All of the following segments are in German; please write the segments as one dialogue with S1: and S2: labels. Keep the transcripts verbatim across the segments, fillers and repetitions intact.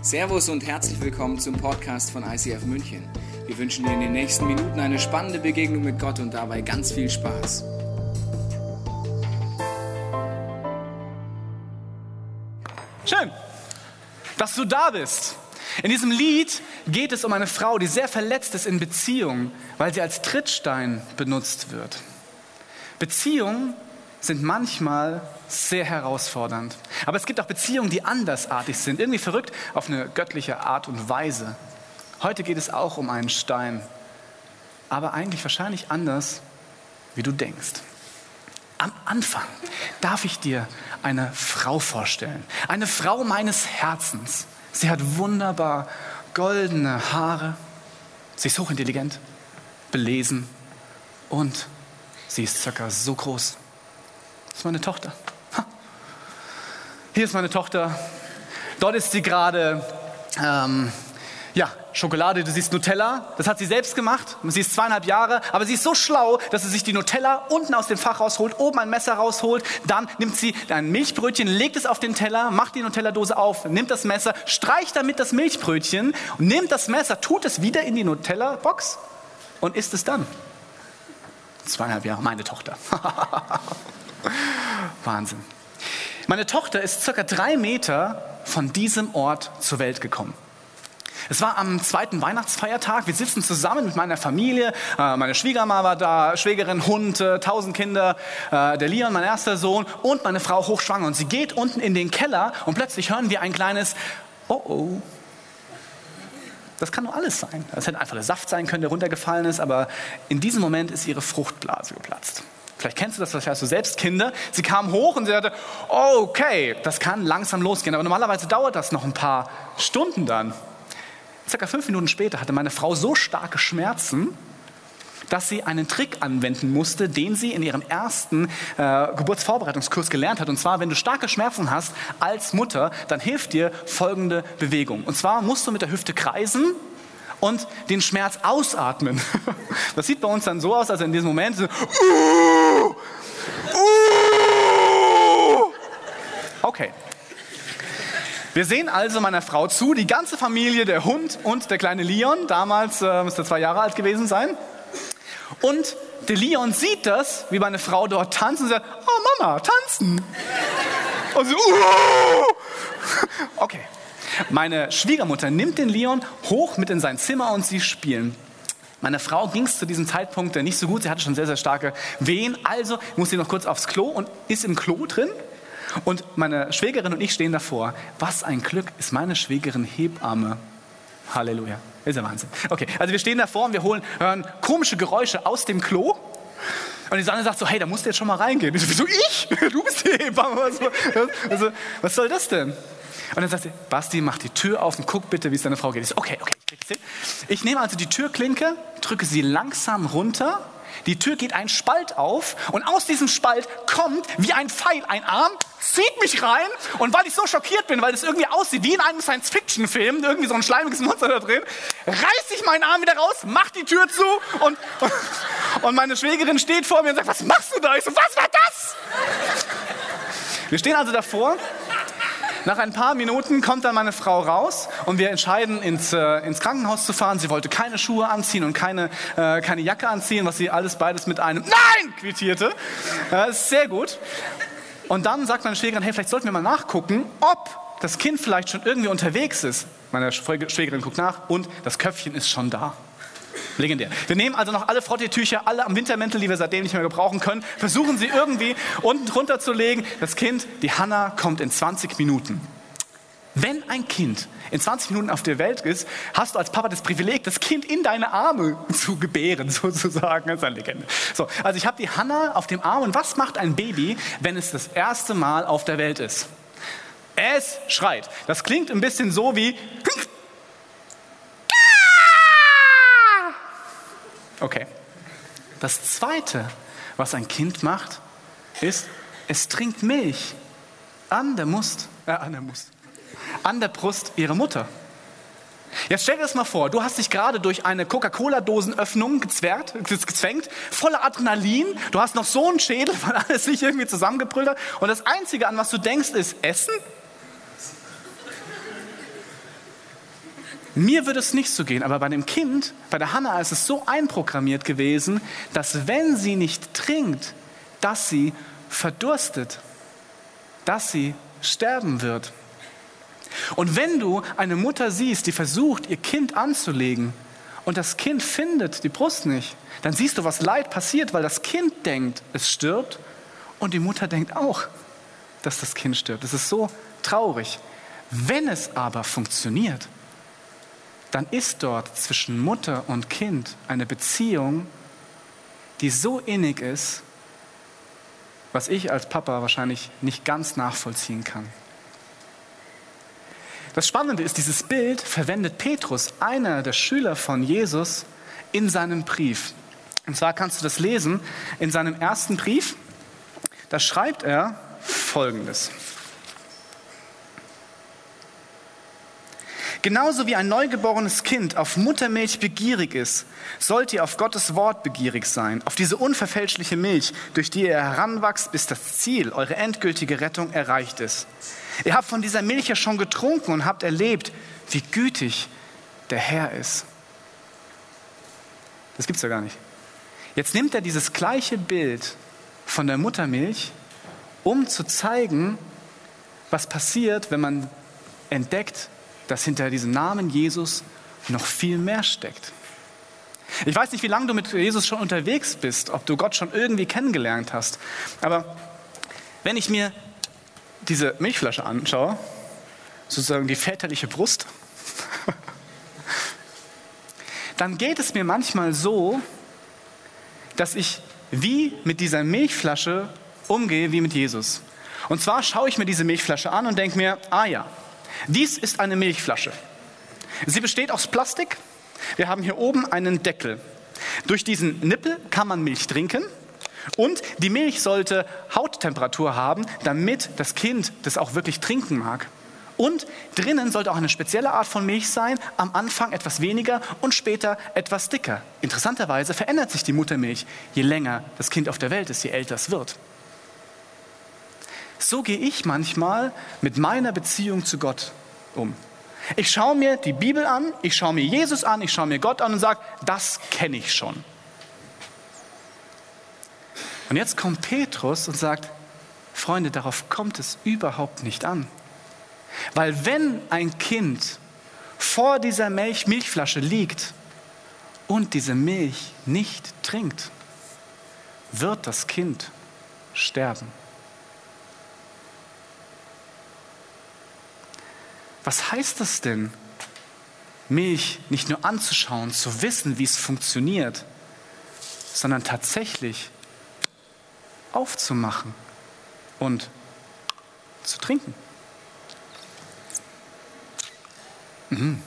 S1: Servus und herzlich willkommen zum Podcast von I C F München. Wir wünschen dir in den nächsten Minuten eine spannende Begegnung mit Gott und dabei ganz viel Spaß.
S2: Schön, dass du da bist. In diesem Lied geht es um eine Frau, die sehr verletzt ist in Beziehungen, weil sie als Trittstein benutzt wird. Beziehungen sind manchmal sehr herausfordernd. Aber es gibt auch Beziehungen, die andersartig sind, irgendwie verrückt auf eine göttliche Art und Weise. Heute geht es auch um einen Stein, aber eigentlich wahrscheinlich anders, wie du denkst. Am Anfang darf ich dir eine Frau vorstellen, eine Frau meines Herzens. Sie hat wunderbar goldene Haare, sie ist hochintelligent, belesen und sie ist circa so groß. Das ist meine Tochter. Ha. Hier ist meine Tochter. Dort ist sie gerade, ähm, ja, Schokolade, du siehst Nutella. Das hat sie selbst gemacht. Sie ist zweieinhalb Jahre, aber sie ist so schlau, dass sie sich die Nutella unten aus dem Fach rausholt, oben ein Messer rausholt. Dann nimmt sie ein Milchbrötchen, legt es auf den Teller, macht die Nutella-Dose auf, nimmt das Messer, streicht damit das Milchbrötchen, nimmt das Messer, tut es wieder in die Nutella-Box und isst es dann. Zweieinhalb Jahre, meine Tochter. Wahnsinn. Meine Tochter ist circa drei Meter von diesem Ort zur Welt gekommen. Es war am zweiten Weihnachtsfeiertag. Wir sitzen zusammen mit meiner Familie. Meine Schwiegermama war da, Schwägerin, Hund, tausend Kinder, der Leon, mein erster Sohn und meine Frau hochschwanger. Und sie geht unten in den Keller und plötzlich hören wir ein kleines Oh oh. Das kann nur alles sein. Das hätte einfach der Saft sein können, der runtergefallen ist, aber in diesem Moment ist ihre Fruchtblase geplatzt. Vielleicht kennst du das, vielleicht hast du selbst Kinder. Sie kam hoch und sie sagte, okay, das kann langsam losgehen. Aber normalerweise dauert das noch ein paar Stunden dann. Circa fünf Minuten später hatte meine Frau so starke Schmerzen, dass sie einen Trick anwenden musste, den sie in ihrem ersten äh, Geburtsvorbereitungskurs gelernt hat. Und zwar, wenn du starke Schmerzen hast als Mutter, dann hilft dir folgende Bewegung. Und zwar musst du mit der Hüfte kreisen und den Schmerz ausatmen. Das sieht bei uns dann so aus, als in diesem Moment so, uh, uh. Okay. Wir sehen also meiner Frau zu, die ganze Familie, der Hund und der kleine Leon, damals äh, müsste er zwei Jahre alt gewesen sein. Und der Leon sieht das, wie meine Frau dort tanzt und sagt, oh Mama, tanzen. Und so, uh. Okay. Meine Schwiegermutter nimmt den Leon hoch mit in sein Zimmer und sie spielen. Meiner Frau ging es zu diesem Zeitpunkt nicht so gut. Sie hatte schon sehr, sehr starke Wehen. Also muss sie noch kurz aufs Klo und ist im Klo drin. Und meine Schwägerin und ich stehen davor. Was ein Glück, ist meine Schwägerin Hebamme. Halleluja. Ist ja Wahnsinn. Okay, also wir stehen davor und wir holen, hören komische Geräusche aus dem Klo. Und die Sanne sagt so, hey, da musst du jetzt schon mal reingehen. Ich so, wieso ich? Du bist die Hebamme. Also, was soll das denn? Und dann sagt sie, Basti, mach die Tür auf und guck bitte, wie es deiner Frau geht. Ich so, okay, okay, ich krieg das hin. Ich nehme also die Türklinke, drücke sie langsam runter. Die Tür geht ein Spalt auf und aus diesem Spalt kommt wie ein Pfeil ein Arm, zieht mich rein und weil ich so schockiert bin, weil es irgendwie aussieht wie in einem Science-Fiction-Film, irgendwie so ein schleimiges Monster da drin, reiß ich meinen Arm wieder raus, mach die Tür zu und, und meine Schwägerin steht vor mir und sagt, was machst du da? Ich so, was war das? Wir stehen also davor. Nach ein paar Minuten kommt dann meine Frau raus und wir entscheiden, ins, äh, ins Krankenhaus zu fahren. Sie wollte keine Schuhe anziehen und keine, äh, keine Jacke anziehen, was sie alles beides mit einem Nein quittierte. Das äh, ist sehr gut. Und dann sagt meine Schwägerin, hey, vielleicht sollten wir mal nachgucken, ob das Kind vielleicht schon irgendwie unterwegs ist. Meine Schwägerin guckt nach und das Köpfchen ist schon da. Legendär. Wir nehmen also noch alle Frotteetücher, alle am Wintermäntel, die wir seitdem nicht mehr gebrauchen können, versuchen sie irgendwie unten drunter zu legen. Das Kind, die Hannah, kommt in zwanzig Minuten. Wenn ein Kind in zwanzig Minuten auf der Welt ist, hast du als Papa das Privileg, das Kind in deine Arme zu gebären, sozusagen. Das ist eine Legende. So, also ich habe die Hannah auf dem Arm und was macht ein Baby, wenn es das erste Mal auf der Welt ist? Es schreit. Das klingt ein bisschen so wie... Okay. Das Zweite, was ein Kind macht, ist, es trinkt Milch an der Brust, äh, an der Brust, an der Brust ihrer Mutter. Jetzt stell dir das mal vor, du hast dich gerade durch eine Coca-Cola-Dosenöffnung gezwärgt, gezwängt, voller Adrenalin, du hast noch so einen Schädel, weil alles sich irgendwie zusammengebrüllt hat und das Einzige, an was du denkst, ist Essen. Mir würde es nicht so gehen, aber bei dem Kind, bei der Hannah ist es so einprogrammiert gewesen, dass wenn sie nicht trinkt, dass sie verdurstet, dass sie sterben wird. Und wenn du eine Mutter siehst, die versucht, ihr Kind anzulegen und das Kind findet die Brust nicht, dann siehst du, was Leid passiert, weil das Kind denkt, es stirbt und die Mutter denkt auch, dass das Kind stirbt. Das ist so traurig. Wenn es aber funktioniert, dann ist dort zwischen Mutter und Kind eine Beziehung, die so innig ist, was ich als Papa wahrscheinlich nicht ganz nachvollziehen kann. Das Spannende ist, dieses Bild verwendet Petrus, einer der Schüler von Jesus, in seinem Brief. Und zwar kannst du das lesen in seinem ersten Brief. Da schreibt er Folgendes. Genauso wie ein neugeborenes Kind auf Muttermilch begierig ist, sollt ihr auf Gottes Wort begierig sein, auf diese unverfälschliche Milch, durch die ihr heranwachst, bis das Ziel, eure endgültige Rettung, erreicht ist. Ihr habt von dieser Milch ja schon getrunken und habt erlebt, wie gütig der Herr ist. Das gibt's ja gar nicht. Jetzt nimmt er dieses gleiche Bild von der Muttermilch, um zu zeigen, was passiert, wenn man entdeckt, dass hinter diesem Namen Jesus noch viel mehr steckt. Ich weiß nicht, wie lange du mit Jesus schon unterwegs bist, ob du Gott schon irgendwie kennengelernt hast. Aber wenn ich mir diese Milchflasche anschaue, sozusagen die väterliche Brust, dann geht es mir manchmal so, dass ich wie mit dieser Milchflasche umgehe wie mit Jesus. Und zwar schaue ich mir diese Milchflasche an und denke mir, ah ja, dies ist eine Milchflasche. Sie besteht aus Plastik. Wir haben hier oben einen Deckel. Durch diesen Nippel kann man Milch trinken und die Milch sollte Hauttemperatur haben, damit das Kind das auch wirklich trinken mag. Und drinnen sollte auch eine spezielle Art von Milch sein, am Anfang etwas weniger und später etwas dicker. Interessanterweise verändert sich die Muttermilch, je länger das Kind auf der Welt ist, je älter es wird. So gehe ich manchmal mit meiner Beziehung zu Gott um. Ich schaue mir die Bibel an, ich schaue mir Jesus an, ich schaue mir Gott an und sage, das kenne ich schon. Und jetzt kommt Petrus und sagt, Freunde, darauf kommt es überhaupt nicht an. Weil wenn ein Kind vor dieser Milch, Milchflasche liegt und diese Milch nicht trinkt, wird das Kind sterben. Was heißt das denn, Milch nicht nur anzuschauen, zu wissen, wie es funktioniert, sondern tatsächlich aufzumachen und zu trinken? Mhm.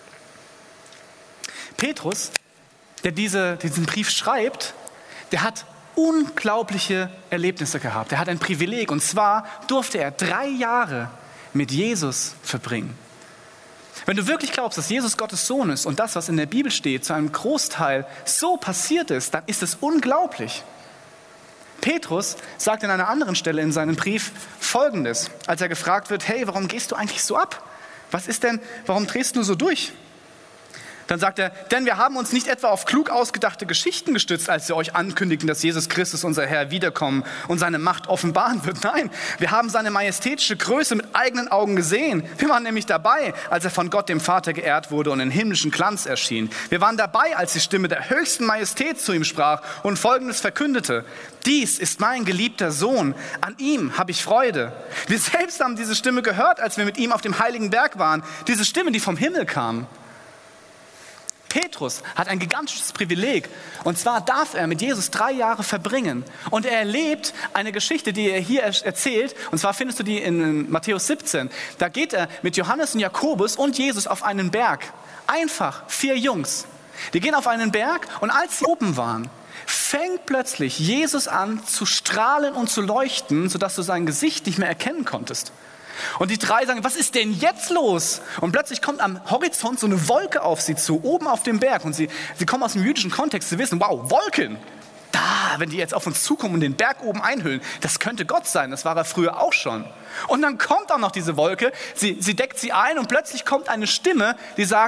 S2: Petrus, der diese, diesen Brief schreibt, der hat unglaubliche Erlebnisse gehabt. Er hat ein Privileg, und zwar durfte er drei Jahre mit Jesus verbringen. Wenn du wirklich glaubst, dass Jesus Gottes Sohn ist und das, was in der Bibel steht, zu einem Großteil so passiert ist, dann ist es unglaublich. Petrus sagt an einer anderen Stelle in seinem Brief Folgendes, als er gefragt wird, hey, warum gehst du eigentlich so ab? Was ist denn, warum drehst du so durch? Dann sagt er, denn wir haben uns nicht etwa auf klug ausgedachte Geschichten gestützt, als wir euch ankündigten, dass Jesus Christus, unser Herr, wiederkommen und seine Macht offenbaren wird. Nein, wir haben seine majestätische Größe mit eigenen Augen gesehen. Wir waren nämlich dabei, als er von Gott, dem Vater, geehrt wurde und in himmlischen Glanz erschien. Wir waren dabei, als die Stimme der höchsten Majestät zu ihm sprach und Folgendes verkündete. Dies ist mein geliebter Sohn, an ihm habe ich Freude. Wir selbst haben diese Stimme gehört, als wir mit ihm auf dem heiligen Berg waren. Diese Stimme, die vom Himmel kam. Petrus hat ein gigantisches Privileg, und zwar darf er mit Jesus drei Jahre verbringen und er erlebt eine Geschichte, die er hier erzählt, und zwar findest du die in Matthäus siebzehn. Da geht er mit Johannes und Jakobus und Jesus auf einen Berg. Einfach vier Jungs. Die gehen auf einen Berg und als sie oben waren, fängt plötzlich Jesus an zu strahlen und zu leuchten, sodass du sein Gesicht nicht mehr erkennen konntest. Und die drei sagen, was ist denn jetzt los? Und plötzlich kommt am Horizont so eine Wolke auf sie zu, oben auf dem Berg. Und sie, sie kommen aus dem jüdischen Kontext, sie wissen, wow, Wolken. Da, wenn die jetzt auf uns zukommen und den Berg oben einhüllen, das könnte Gott sein, das war er früher auch schon. Und dann kommt auch noch diese Wolke, sie, sie deckt sie ein und plötzlich kommt eine Stimme, die sagt,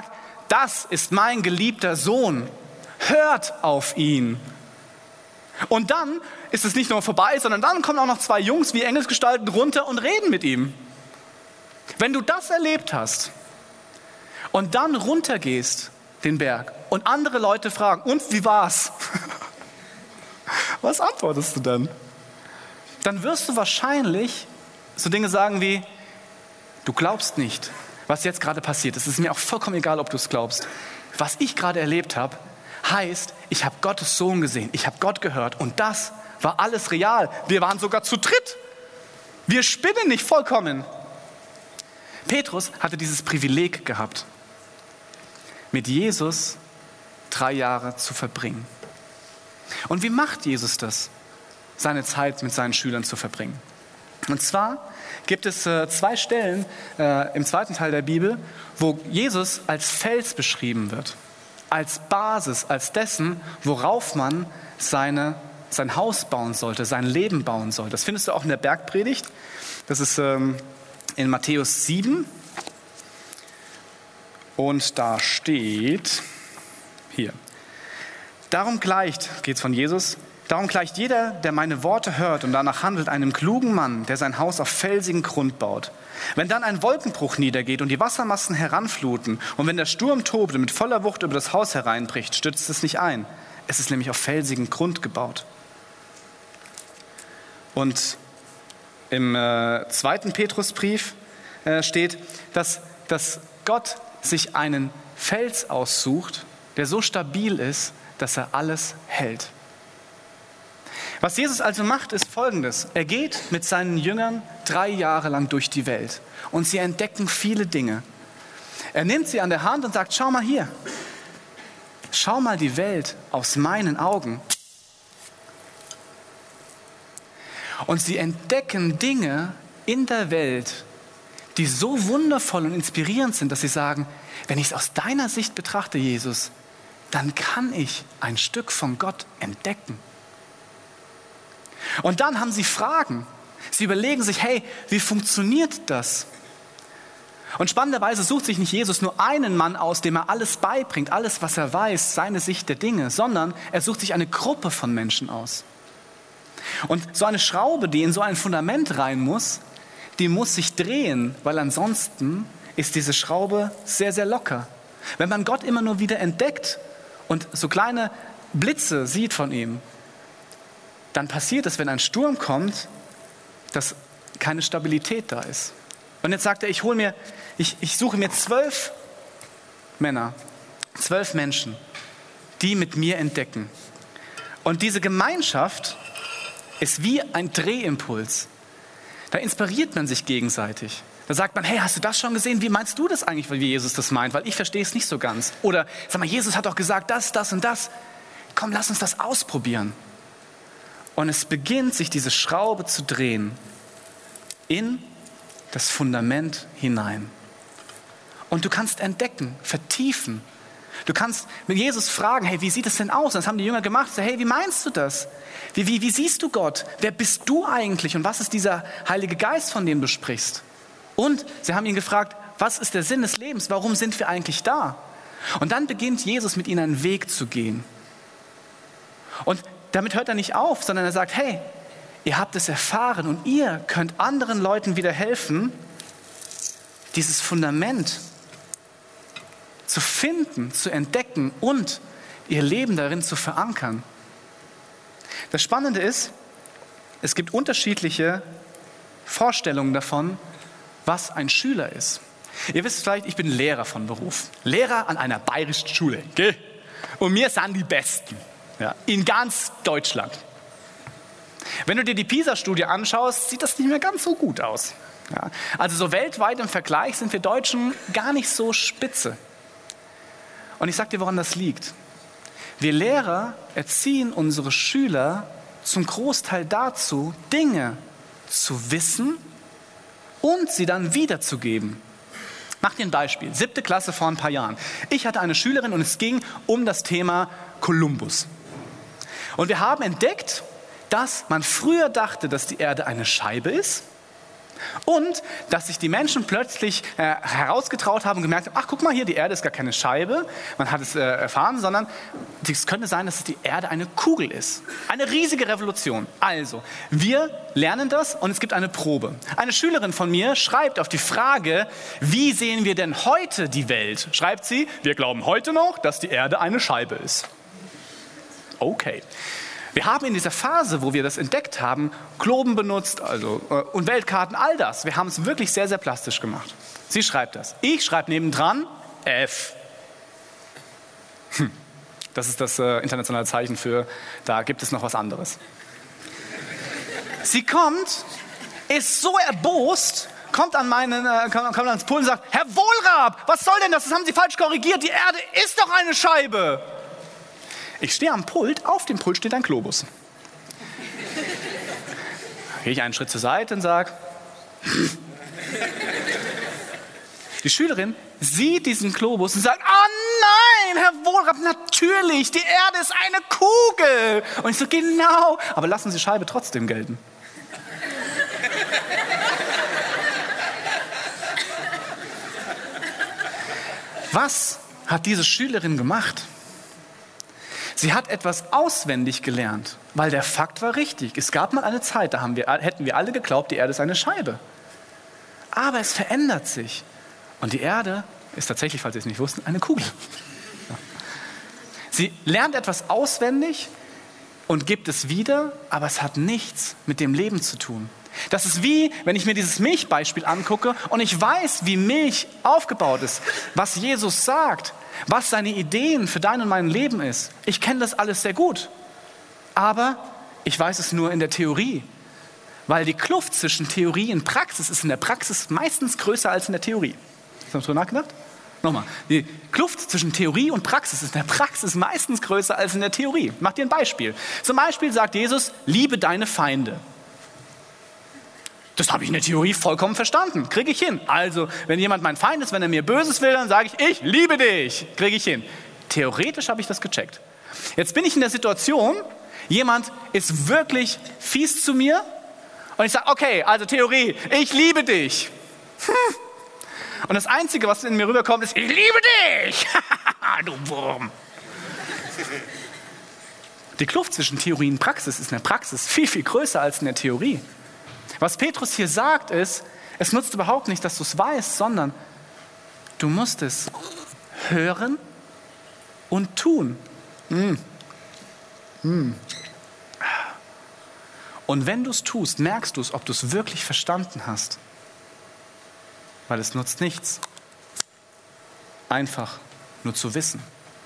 S2: das ist mein geliebter Sohn. Hört auf ihn. Und dann ist es nicht nur vorbei, sondern dann kommen auch noch zwei Jungs wie Engelsgestalten runter und reden mit ihm. Wenn du das erlebt hast und dann runtergehst den Berg und andere Leute fragen, und wie war's? Was antwortest du dann? Dann wirst du wahrscheinlich so Dinge sagen wie, du glaubst nicht, was jetzt gerade passiert ist. Es ist mir auch vollkommen egal, ob du es glaubst. Was ich gerade erlebt habe, heißt, ich habe Gottes Sohn gesehen, ich habe Gott gehört und das war alles real. Wir waren sogar zu dritt. Wir spinnen nicht vollkommen. Petrus hatte dieses Privileg gehabt, mit Jesus drei Jahre zu verbringen. Und wie macht Jesus das, seine Zeit mit seinen Schülern zu verbringen? Und zwar gibt es äh, zwei Stellen äh, im zweiten Teil der Bibel, wo Jesus als Fels beschrieben wird, als Basis, als dessen, worauf man seine, sein Haus bauen sollte, sein Leben bauen sollte. Das findest du auch in der Bergpredigt. Das ist ähm, in Matthäus sieben. Und da steht, hier, darum gleicht, geht es von Jesus, darum gleicht jeder, der meine Worte hört und danach handelt, einem klugen Mann, der sein Haus auf felsigen Grund baut. Wenn dann ein Wolkenbruch niedergeht und die Wassermassen heranfluten und wenn der Sturm tobt und mit voller Wucht über das Haus hereinbricht, stürzt es nicht ein. Es ist nämlich auf felsigen Grund gebaut. Und im äh, zweiten Petrusbrief äh, steht, dass, dass Gott sich einen Fels aussucht, der so stabil ist, dass er alles hält. Was Jesus also macht, ist Folgendes. Er geht mit seinen Jüngern drei Jahre lang durch die Welt und sie entdecken viele Dinge. Er nimmt sie an der Hand und sagt, schau mal hier, schau mal die Welt aus meinen Augen. Und sie entdecken Dinge in der Welt, die so wundervoll und inspirierend sind, dass sie sagen, wenn ich es aus deiner Sicht betrachte, Jesus, dann kann ich ein Stück von Gott entdecken. Und dann haben sie Fragen. Sie überlegen sich, hey, wie funktioniert das? Und spannenderweise sucht sich nicht Jesus nur einen Mann aus, dem er alles beibringt, alles, was er weiß, seine Sicht der Dinge, sondern er sucht sich eine Gruppe von Menschen aus. Und so eine Schraube, die in so ein Fundament rein muss, die muss sich drehen, weil ansonsten ist diese Schraube sehr, sehr locker. Wenn man Gott immer nur wieder entdeckt und so kleine Blitze sieht von ihm, dann passiert es, wenn ein Sturm kommt, dass keine Stabilität da ist. Und jetzt sagt er, ich hole mir, ich, ich suche mir zwölf Männer, zwölf Menschen, die mit mir entdecken. Und diese Gemeinschaft ist wie ein Drehimpuls. Da inspiriert man sich gegenseitig. Da sagt man, hey, hast du das schon gesehen? Wie meinst du das eigentlich, wie Jesus das meint? Weil ich verstehe es nicht so ganz. Oder, sag mal, Jesus hat doch gesagt das, das und das. Komm, lass uns das ausprobieren. Und es beginnt, sich diese Schraube zu drehen in das Fundament hinein. Und du kannst entdecken, vertiefen. Du kannst mit Jesus fragen, hey, wie sieht es denn aus? Und das haben die Jünger gemacht. So, hey, wie meinst du das? Wie, wie, wie siehst du Gott? Wer bist du eigentlich? Und was ist dieser Heilige Geist, von dem du sprichst? Und sie haben ihn gefragt, was ist der Sinn des Lebens? Warum sind wir eigentlich da? Und dann beginnt Jesus mit ihnen einen Weg zu gehen. Und damit hört er nicht auf, sondern er sagt, hey, ihr habt es erfahren und ihr könnt anderen Leuten wieder helfen, dieses Fundament zu finden, zu entdecken und ihr Leben darin zu verankern. Das Spannende ist, es gibt unterschiedliche Vorstellungen davon, was ein Schüler ist. Ihr wisst vielleicht, ich bin Lehrer von Beruf. Lehrer an einer bayerischen Schule. Gell? Und wir sind die Besten. Ja, in ganz Deutschland. Wenn du dir die PISA-Studie anschaust, sieht das nicht mehr ganz so gut aus. Ja, also so weltweit im Vergleich sind wir Deutschen gar nicht so spitze. Und ich sage dir, woran das liegt. Wir Lehrer erziehen unsere Schüler zum Großteil dazu, Dinge zu wissen und sie dann wiederzugeben. Mach dir ein Beispiel. Siebte Klasse vor ein paar Jahren. Ich hatte eine Schülerin und es ging um das Thema Kolumbus. Und wir haben entdeckt, dass man früher dachte, dass die Erde eine Scheibe ist Und dass sich die Menschen plötzlich äh, herausgetraut haben und gemerkt haben, ach guck mal hier, die Erde ist gar keine Scheibe, man hat es äh, erfahren, sondern es könnte sein, dass die Erde eine Kugel ist. Eine riesige Revolution. Also, wir lernen das und es gibt eine Probe. Eine Schülerin von mir schreibt auf die Frage, wie sehen wir denn heute die Welt? Schreibt sie, wir glauben heute noch, dass die Erde eine Scheibe ist. Okay. Wir haben in dieser Phase, wo wir das entdeckt haben, Globen benutzt, also äh, und Weltkarten, all das. Wir haben es wirklich sehr, sehr plastisch gemacht. Sie schreibt das. Ich schreibe nebendran F. Hm. Das ist das äh, internationale Zeichen für, da gibt es noch was anderes. Sie kommt, ist so erbost, kommt an meinen, äh, kommt ans Pult und sagt, Herr Wohlrab, was soll denn das? Das haben Sie falsch korrigiert. Die Erde ist doch eine Scheibe. Ich stehe am Pult, auf dem Pult steht ein Globus. Gehe ich einen Schritt zur Seite und sage, die Schülerin sieht diesen Globus und sagt, oh nein, Herr Wohlrab, natürlich, die Erde ist eine Kugel. Und ich so, genau, aber lassen Sie Scheibe trotzdem gelten. Was hat diese Schülerin gemacht? Sie hat etwas auswendig gelernt, weil der Fakt war richtig. Es gab mal eine Zeit, da haben wir, hätten wir alle geglaubt, die Erde ist eine Scheibe. Aber es verändert sich. Und die Erde ist tatsächlich, falls Sie es nicht wussten, eine Kugel. Sie lernt etwas auswendig und gibt es wieder, aber es hat nichts mit dem Leben zu tun. Das ist wie, wenn ich mir dieses Milchbeispiel angucke und ich weiß, wie Milch aufgebaut ist, was Jesus sagt, was seine Ideen für dein und mein Leben ist. Ich kenne das alles sehr gut, aber ich weiß es nur in der Theorie, weil die Kluft zwischen Theorie und Praxis ist in der Praxis meistens größer als in der Theorie. Hast du darüber nachgedacht? Nochmal, die Kluft zwischen Theorie und Praxis ist in der Praxis meistens größer als in der Theorie. Mach dir ein Beispiel. Zum Beispiel sagt Jesus, liebe deine Feinde. Das habe ich in der Theorie vollkommen verstanden. Kriege ich hin. Also, wenn jemand mein Feind ist, wenn er mir Böses will, dann sage ich, ich liebe dich. Kriege ich hin. Theoretisch habe ich das gecheckt. Jetzt bin ich in der Situation, jemand ist wirklich fies zu mir und ich sage, okay, also Theorie, ich liebe dich. Hm. Und das Einzige, was in mir rüberkommt, ist, ich liebe dich. Du Wurm. Die Kluft zwischen Theorie und Praxis ist in der Praxis viel, viel größer als in der Theorie. Was Petrus hier sagt ist, es nutzt überhaupt nicht, dass du es weißt, sondern du musst es hören und tun. Mm. Mm. Und wenn du es tust, merkst du es, ob du es wirklich verstanden hast. Weil es nutzt nichts, einfach nur zu wissen.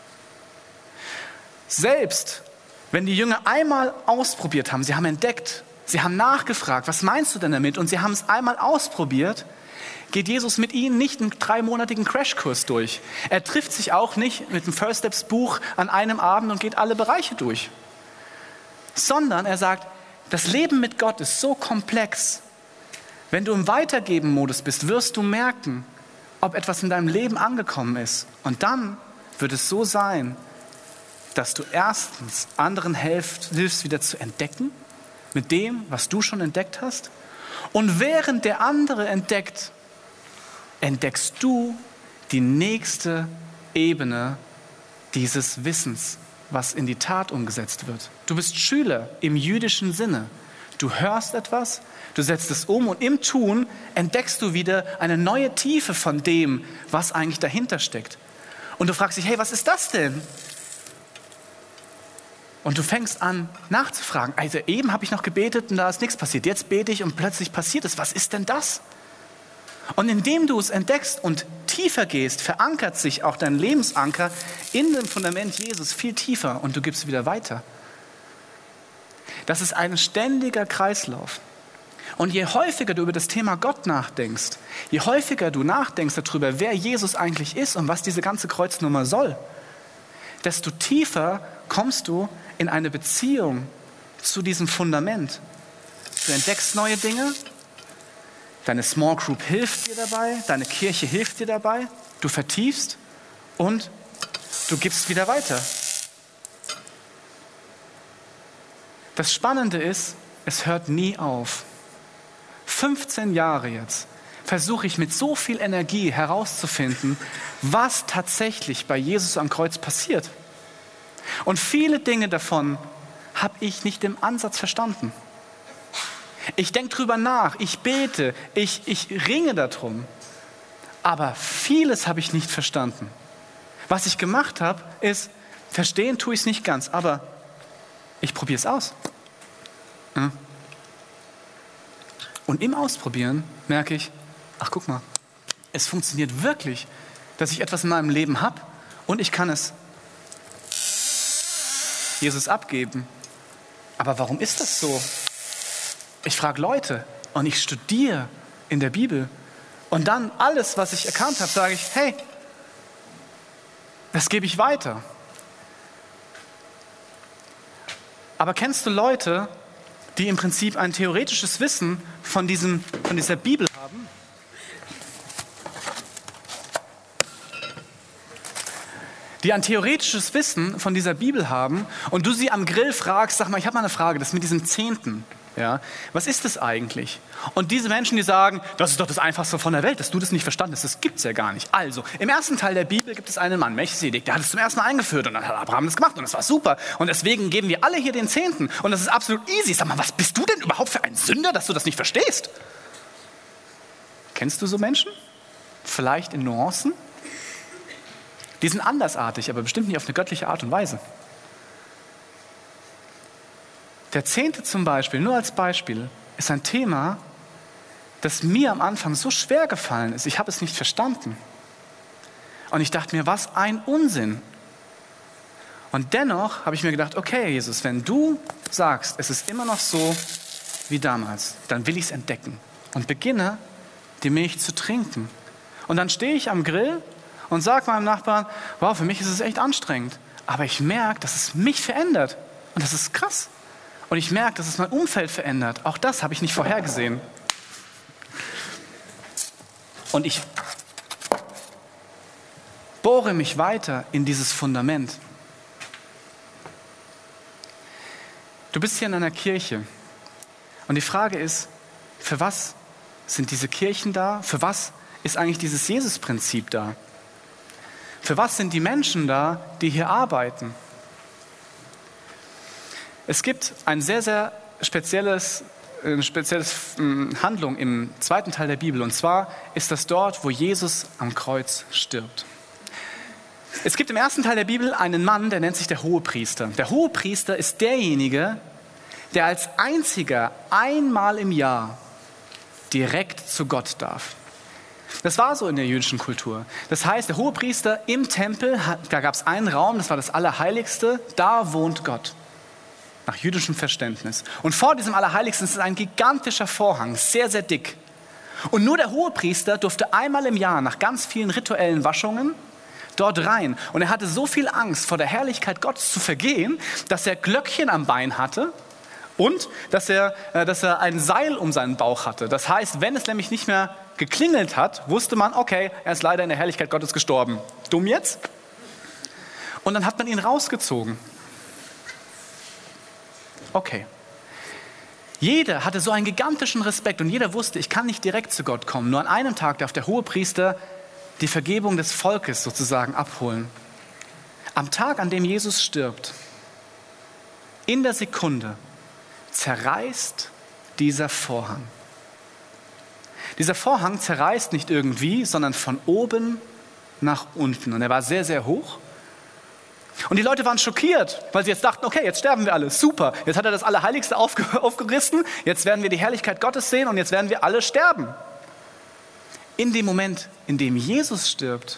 S2: Selbst wenn die Jünger einmal ausprobiert haben, sie haben entdeckt, sie haben nachgefragt, was meinst du denn damit? Und sie haben es einmal ausprobiert, geht Jesus mit ihnen nicht einen dreimonatigen Crashkurs durch. Er trifft sich auch nicht mit dem First Steps Buch an einem Abend und geht alle Bereiche durch. Sondern er sagt, das Leben mit Gott ist so komplex. Wenn du im Weitergeben-Modus bist, wirst du merken, ob etwas in deinem Leben angekommen ist. Und dann wird es so sein, dass du erstens anderen helfst, hilfst, wieder zu entdecken, mit dem, was du schon entdeckt hast. Und während der andere entdeckt, entdeckst du die nächste Ebene dieses Wissens, was in die Tat umgesetzt wird. Du bist Schüler im jüdischen Sinne. Du hörst etwas, du setzt es um und im Tun entdeckst du wieder eine neue Tiefe von dem, was eigentlich dahinter steckt. Und du fragst dich, hey, was ist das denn? Und du fängst an nachzufragen. Also eben habe ich noch gebetet und da ist nichts passiert. Jetzt bete ich und plötzlich passiert es. Was ist denn das? Und indem du es entdeckst und tiefer gehst, verankert sich auch dein Lebensanker in dem Fundament Jesus viel tiefer und du gibst wieder weiter. Das ist ein ständiger Kreislauf. Und je häufiger du über das Thema Gott nachdenkst, je häufiger du nachdenkst darüber, wer Jesus eigentlich ist und was diese ganze Kreuznummer soll, desto tiefer kommst du in eine Beziehung zu diesem Fundament. Du entdeckst neue Dinge, deine Small Group hilft dir dabei, deine Kirche hilft dir dabei, du vertiefst und du gibst wieder weiter. Das Spannende ist, es hört nie auf. fünfzehn Jahre jetzt versuche ich mit so viel Energie herauszufinden, was tatsächlich bei Jesus am Kreuz passiert. Und viele Dinge davon habe ich nicht im Ansatz verstanden. Ich denke drüber nach, ich bete, ich, ich ringe darum. Aber vieles habe ich nicht verstanden. Was ich gemacht habe, ist, verstehen tue ich es nicht ganz, aber ich probiere es aus. Und im Ausprobieren merke ich, ach guck mal, es funktioniert wirklich, dass ich etwas in meinem Leben habe und ich kann es Jesus abgeben. Aber warum ist das so? Ich frage Leute und ich studiere in der Bibel und dann alles, was ich erkannt habe, sage ich, hey, das gebe ich weiter. Aber kennst du Leute, die im Prinzip ein theoretisches Wissen von, diesem, von dieser Bibel haben? Die ein theoretisches Wissen von dieser Bibel haben und du sie am Grill fragst, sag mal, ich habe mal eine Frage, das mit diesem Zehnten, ja, was ist das eigentlich? Und diese Menschen, die sagen, das ist doch das Einfachste von der Welt, dass du das nicht verstanden hast, das gibt es ja gar nicht. Also, im ersten Teil der Bibel gibt es einen Mann, Melchisedek, der hat es zum ersten Mal eingeführt und dann hat Abraham das gemacht und das war super. Und deswegen geben wir alle hier den Zehnten und das ist absolut easy. Sag mal, was bist du denn überhaupt für ein Sünder, dass du das nicht verstehst? Kennst du so Menschen? Vielleicht in Nuancen? Die sind andersartig, aber bestimmt nicht auf eine göttliche Art und Weise. Der Zehnte zum Beispiel, nur als Beispiel, ist ein Thema, das mir am Anfang so schwer gefallen ist. Ich habe es nicht verstanden. Und ich dachte mir, was ein Unsinn. Und dennoch habe ich mir gedacht, okay, Jesus, wenn du sagst, es ist immer noch so wie damals, dann will ich es entdecken und beginne, die Milch zu trinken. Und dann stehe ich am Grill und sage meinem Nachbarn, wow, für mich ist es echt anstrengend. Aber ich merke, dass es mich verändert. Und das ist krass. Und ich merke, dass es mein Umfeld verändert. Auch das habe ich nicht vorhergesehen. Und ich bohre mich weiter in dieses Fundament. Du bist hier in einer Kirche. Und die Frage ist, für was sind diese Kirchen da? Für was ist eigentlich dieses Jesus-Prinzip da? Für was sind die Menschen da, die hier arbeiten? Es gibt ein sehr, sehr spezielles, eine spezielle Handlung im zweiten Teil der Bibel. Und zwar ist das dort, wo Jesus am Kreuz stirbt. Es gibt im ersten Teil der Bibel einen Mann, der nennt sich der Hohepriester. Der Hohepriester ist derjenige, der als einziger einmal im Jahr direkt zu Gott darf. Das war so in der jüdischen Kultur. Das heißt, der Hohepriester im Tempel, da gab es einen Raum, das war das Allerheiligste, da wohnt Gott. Nach jüdischem Verständnis. Und vor diesem Allerheiligsten ist ein gigantischer Vorhang, sehr, sehr dick. Und nur der Hohepriester durfte einmal im Jahr nach ganz vielen rituellen Waschungen dort rein. Und er hatte so viel Angst, vor der Herrlichkeit Gottes zu vergehen, dass er Glöckchen am Bein hatte und dass er, dass er ein Seil um seinen Bauch hatte. Das heißt, wenn es nämlich nicht mehr geklingelt hat, wusste man, okay, er ist leider in der Herrlichkeit Gottes gestorben. Dumm jetzt? Und dann hat man ihn rausgezogen. Okay. Jeder hatte so einen gigantischen Respekt und jeder wusste, ich kann nicht direkt zu Gott kommen. Nur an einem Tag darf der Hohepriester die Vergebung des Volkes sozusagen abholen. Am Tag, an dem Jesus stirbt, in der Sekunde, zerreißt dieser Vorhang. Dieser Vorhang zerreißt nicht irgendwie, sondern von oben nach unten. Und er war sehr, sehr hoch. Und die Leute waren schockiert, weil sie jetzt dachten, okay, jetzt sterben wir alle, super. Jetzt hat er das Allerheiligste aufge- aufgerissen, jetzt werden wir die Herrlichkeit Gottes sehen und jetzt werden wir alle sterben. In dem Moment, in dem Jesus stirbt,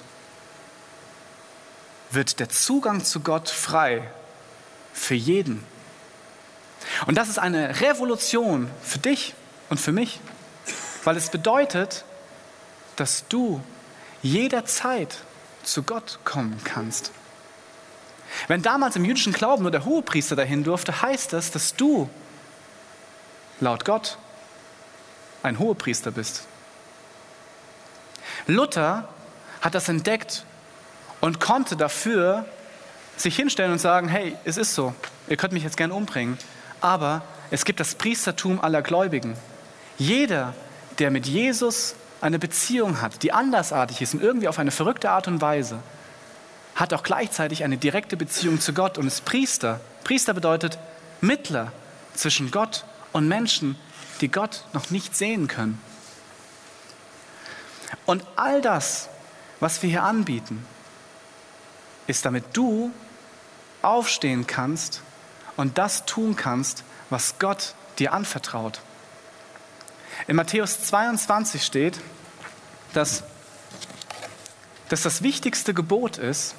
S2: wird der Zugang zu Gott frei für jeden. Und das ist eine Revolution für dich und für mich, weil es bedeutet, dass du jederzeit zu Gott kommen kannst. Wenn damals im jüdischen Glauben nur der Hohepriester dahin durfte, heißt das, dass du laut Gott ein Hohepriester bist. Luther hat das entdeckt und konnte dafür sich hinstellen und sagen, hey, es ist so, ihr könnt mich jetzt gerne umbringen, aber es gibt das Priestertum aller Gläubigen. Jeder, der mit Jesus eine Beziehung hat, die andersartig ist und irgendwie auf eine verrückte Art und Weise, hat auch gleichzeitig eine direkte Beziehung zu Gott und ist Priester. Priester bedeutet Mittler zwischen Gott und Menschen, die Gott noch nicht sehen können. Und all das, was wir hier anbieten, ist, damit du aufstehen kannst und das tun kannst, was Gott dir anvertraut. In Matthäus zweiundzwanzig steht, dass, dass das wichtigste Gebot ist,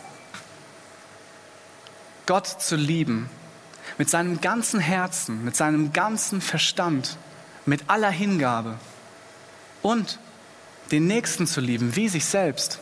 S2: Gott zu lieben, mit seinem ganzen Herzen, mit seinem ganzen Verstand, mit aller Hingabe und den Nächsten zu lieben, wie sich selbst.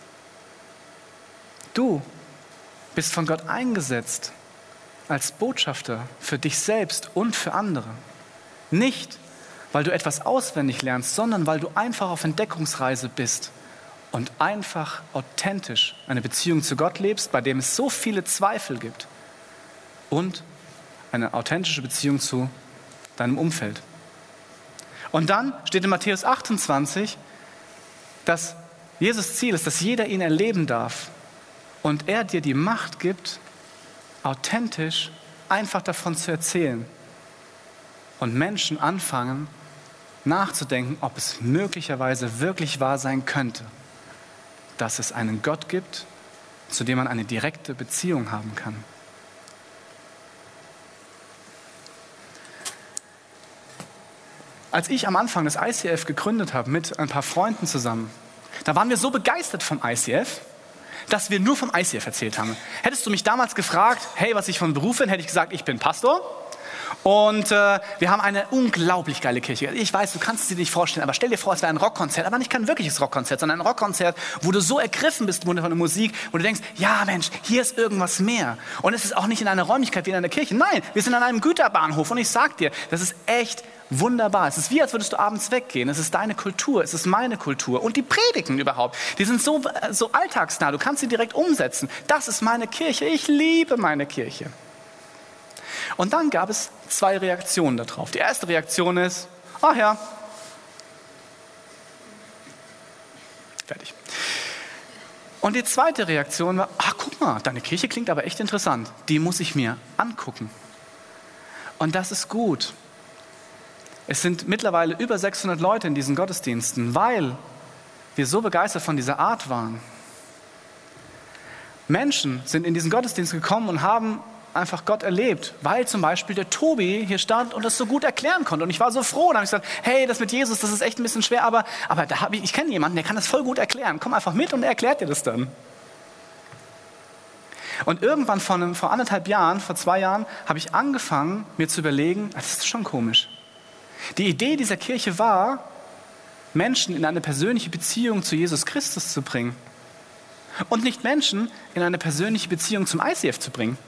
S2: Du bist von Gott eingesetzt als Botschafter für dich selbst und für andere. Nicht, weil du etwas auswendig lernst, sondern weil du einfach auf Entdeckungsreise bist und einfach authentisch eine Beziehung zu Gott lebst, bei dem es so viele Zweifel gibt, und eine authentische Beziehung zu deinem Umfeld. Und dann steht in Matthäus achtundzwanzig, dass Jesus' Ziel ist, dass jeder ihn erleben darf und er dir die Macht gibt, authentisch einfach davon zu erzählen und Menschen anfangen nachzudenken, ob es möglicherweise wirklich wahr sein könnte, dass es einen Gott gibt, zu dem man eine direkte Beziehung haben kann. Als ich am Anfang das I C F gegründet habe, mit ein paar Freunden zusammen, da waren wir so begeistert vom I C F, dass wir nur vom I C F erzählt haben. Hättest du mich damals gefragt, hey, was ich von Beruf bin, hätte ich gesagt, ich bin Pastor. Und äh, wir haben eine unglaublich geile Kirche. Ich weiß, du kannst es dir nicht vorstellen, aber stell dir vor, es wäre ein Rockkonzert, aber nicht kein wirkliches Rockkonzert, sondern ein Rockkonzert, wo du so ergriffen bist von der Musik, wo du denkst, ja Mensch, hier ist irgendwas mehr. Und es ist auch nicht in einer Räumlichkeit wie in einer Kirche. Nein, wir sind an einem Güterbahnhof und ich sag dir, das ist echt wunderbar. Es ist wie, als würdest du abends weggehen. Es ist deine Kultur, es ist meine Kultur. Und die Predigten überhaupt, die sind so, so alltagsnah, du kannst sie direkt umsetzen. Das ist meine Kirche, ich liebe meine Kirche. Und dann gab es zwei Reaktionen darauf. Die erste Reaktion ist, ach ja, fertig. Und die zweite Reaktion war, ach guck mal, deine Kirche klingt aber echt interessant. Die muss ich mir angucken. Und das ist gut. Es sind mittlerweile über sechshundert Leute in diesen Gottesdiensten, weil wir so begeistert von dieser Art waren. Menschen sind in diesen Gottesdienst gekommen und haben einfach Gott erlebt, weil zum Beispiel der Tobi hier stand und das so gut erklären konnte. Und ich war so froh. Dann habe ich gesagt, hey, das mit Jesus, das ist echt ein bisschen schwer, aber, aber da hab ich, ich kenne jemanden, der kann das voll gut erklären. Komm einfach mit und er erklärt dir das dann. Und irgendwann vor, einem, vor anderthalb Jahren, vor zwei Jahren, habe ich angefangen, mir zu überlegen, das ist schon komisch. Die Idee dieser Kirche war, Menschen in eine persönliche Beziehung zu Jesus Christus zu bringen. Und nicht Menschen in eine persönliche Beziehung zum I C F zu bringen.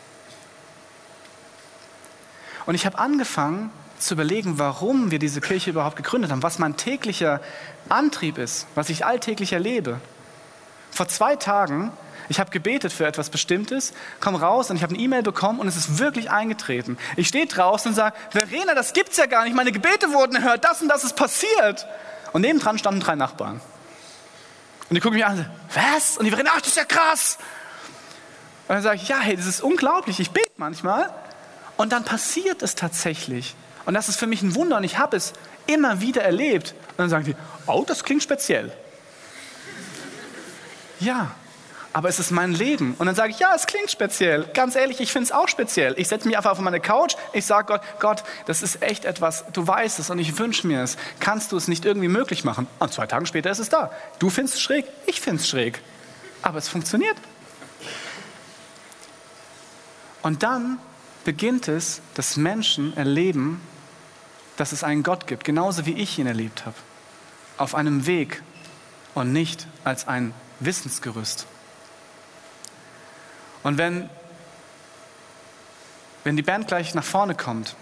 S2: Und ich habe angefangen zu überlegen, warum wir diese Kirche überhaupt gegründet haben, was mein täglicher Antrieb ist, was ich alltäglich erlebe. Vor zwei Tagen, ich habe gebetet für etwas Bestimmtes, komme raus und ich habe eine E-Mail bekommen und es ist wirklich eingetreten. Ich stehe draußen und sage, Verena, das gibt's ja gar nicht, meine Gebete wurden erhört, das und das ist passiert. Und nebendran standen drei Nachbarn. Und die gucken mich an und sagen, was? Und die Verena, ach, das ist ja krass. Und dann sage ich, ja, hey, das ist unglaublich, ich bete manchmal. Und dann passiert es tatsächlich. Und das ist für mich ein Wunder und ich habe es immer wieder erlebt. Und dann sagen die, oh, das klingt speziell. Ja, aber es ist mein Leben. Und dann sage ich, ja, es klingt speziell. Ganz ehrlich, ich finde es auch speziell. Ich setze mich einfach auf meine Couch, ich sage Gott, Gott, das ist echt etwas, du weißt es und ich wünsche mir es. Kannst du es nicht irgendwie möglich machen? Und zwei Tage später ist es da. Du findest es schräg, ich finde es schräg. Aber es funktioniert. Und dann beginnt es, dass Menschen erleben, dass es einen Gott gibt, genauso wie ich ihn erlebt habe. Auf einem Weg und nicht als ein Wissensgerüst. Und wenn, wenn die Band gleich nach vorne kommt,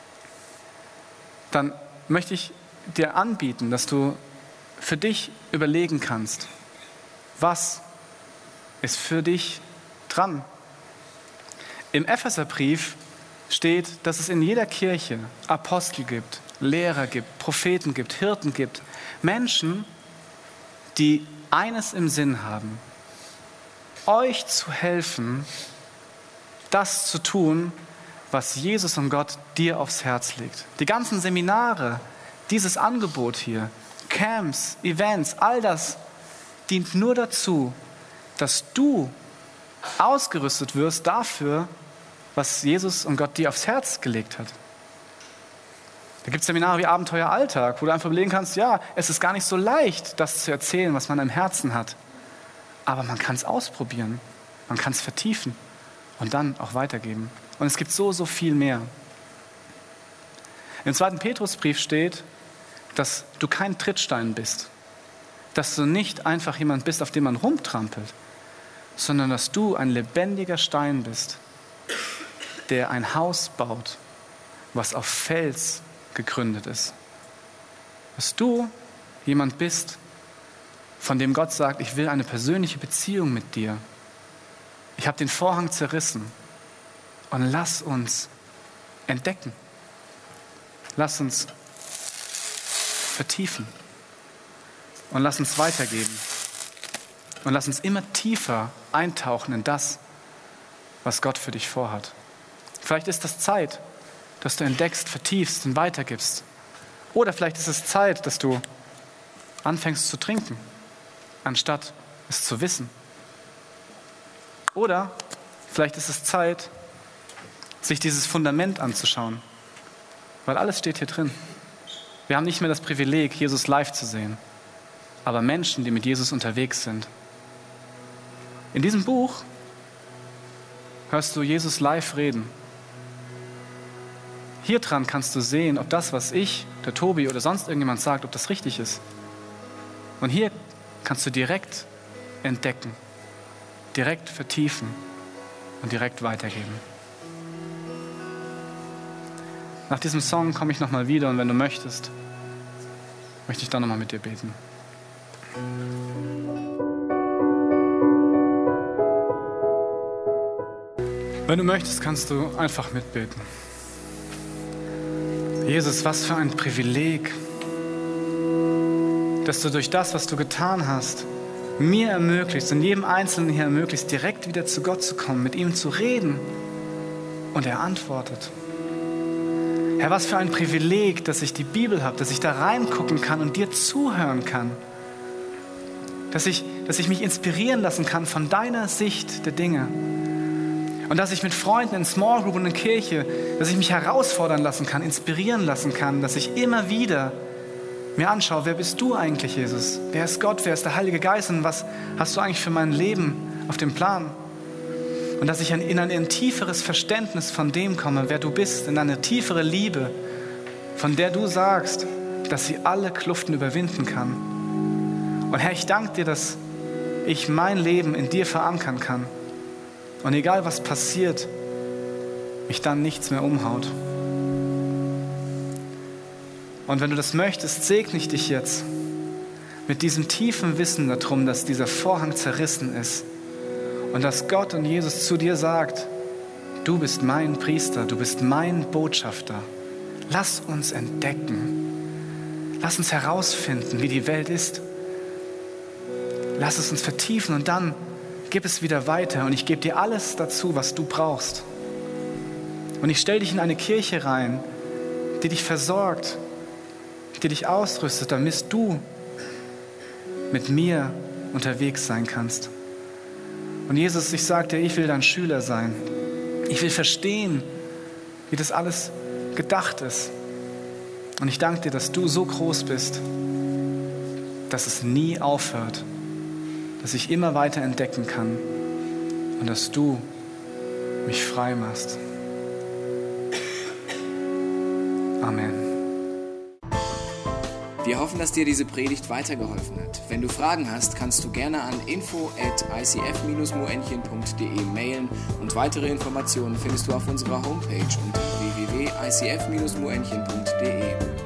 S2: dann möchte ich dir anbieten, dass du für dich überlegen kannst, was ist für dich dran? Im Epheserbrief steht, dass es in jeder Kirche Apostel gibt, Lehrer gibt, Propheten gibt, Hirten gibt. Menschen, die eines im Sinn haben, euch zu helfen, das zu tun, was Jesus und Gott dir aufs Herz legt. Die ganzen Seminare, dieses Angebot hier, Camps, Events, all das dient nur dazu, dass du ausgerüstet wirst dafür, was Jesus und Gott dir aufs Herz gelegt hat. Da gibt es Seminare wie Abenteuer Alltag, wo du einfach überlegen kannst, ja, es ist gar nicht so leicht, das zu erzählen, was man im Herzen hat. Aber man kann es ausprobieren, man kann es vertiefen und dann auch weitergeben. Und es gibt so, so viel mehr. Im zweiten Petrusbrief steht, dass du kein Trittstein bist, dass du nicht einfach jemand bist, auf dem man rumtrampelt, sondern dass du ein lebendiger Stein bist, der ein Haus baut, was auf Fels gegründet ist. Dass du jemand bist, von dem Gott sagt, ich will eine persönliche Beziehung mit dir. Ich habe den Vorhang zerrissen und lass uns entdecken. Lass uns vertiefen und lass uns weitergeben und lass uns immer tiefer eintauchen in das, was Gott für dich vorhat. Vielleicht ist das Zeit, dass du entdeckst, vertiefst und weitergibst. Oder vielleicht ist es Zeit, dass du anfängst zu trinken, anstatt es zu wissen. Oder vielleicht ist es Zeit, sich dieses Fundament anzuschauen, weil alles steht hier drin. Wir haben nicht mehr das Privileg, Jesus live zu sehen, aber Menschen, die mit Jesus unterwegs sind. In diesem Buch hörst du Jesus live reden. Hier dran kannst du sehen, ob das, was ich, der Tobi oder sonst irgendjemand sagt, ob das richtig ist. Und hier kannst du direkt entdecken, direkt vertiefen und direkt weitergeben. Nach diesem Song komme ich nochmal wieder und wenn du möchtest, möchte ich dann nochmal mit dir beten. Wenn du möchtest, kannst du einfach mitbeten. Jesus, was für ein Privileg, dass du durch das, was du getan hast, mir ermöglicht und jedem Einzelnen hier ermöglicht, direkt wieder zu Gott zu kommen, mit ihm zu reden. Und er antwortet. Herr, was für ein Privileg, dass ich die Bibel habe, dass ich da reingucken kann und dir zuhören kann. Dass ich, dass ich mich inspirieren lassen kann von deiner Sicht der Dinge. Und dass ich mit Freunden in Small Group und in Kirche, dass ich mich herausfordern lassen kann, inspirieren lassen kann, dass ich immer wieder mir anschaue, wer bist du eigentlich, Jesus? Wer ist Gott? Wer ist der Heilige Geist? Und was hast du eigentlich für mein Leben auf dem Plan? Und dass ich in ein, in ein tieferes Verständnis von dem komme, wer du bist, in eine tiefere Liebe, von der du sagst, dass sie alle Kluften überwinden kann. Und Herr, ich danke dir, dass ich mein Leben in dir verankern kann. Und egal was passiert, mich dann nichts mehr umhaut. Und wenn du das möchtest, segne ich dich jetzt mit diesem tiefen Wissen darum, dass dieser Vorhang zerrissen ist und dass Gott und Jesus zu dir sagt, du bist mein Priester, du bist mein Botschafter. Lass uns entdecken. Lass uns herausfinden, wie die Welt ist. Lass es uns vertiefen und dann gib es wieder weiter und ich gebe dir alles dazu, was du brauchst. Und ich stelle dich in eine Kirche rein, die dich versorgt, die dich ausrüstet, damit du mit mir unterwegs sein kannst. Und Jesus, ich sage dir, ich will dein Schüler sein. Ich will verstehen, wie das alles gedacht ist. Und ich danke dir, dass du so groß bist, dass es nie aufhört, dass ich immer weiter entdecken kann und dass du mich frei machst. Amen.
S1: Wir hoffen, dass dir diese Predigt weitergeholfen hat. Wenn du Fragen hast, kannst du gerne an info at i c f dash moenchen punkt d e mailen und weitere Informationen findest du auf unserer Homepage unter w w w punkt i c f dash moenchen punkt d e.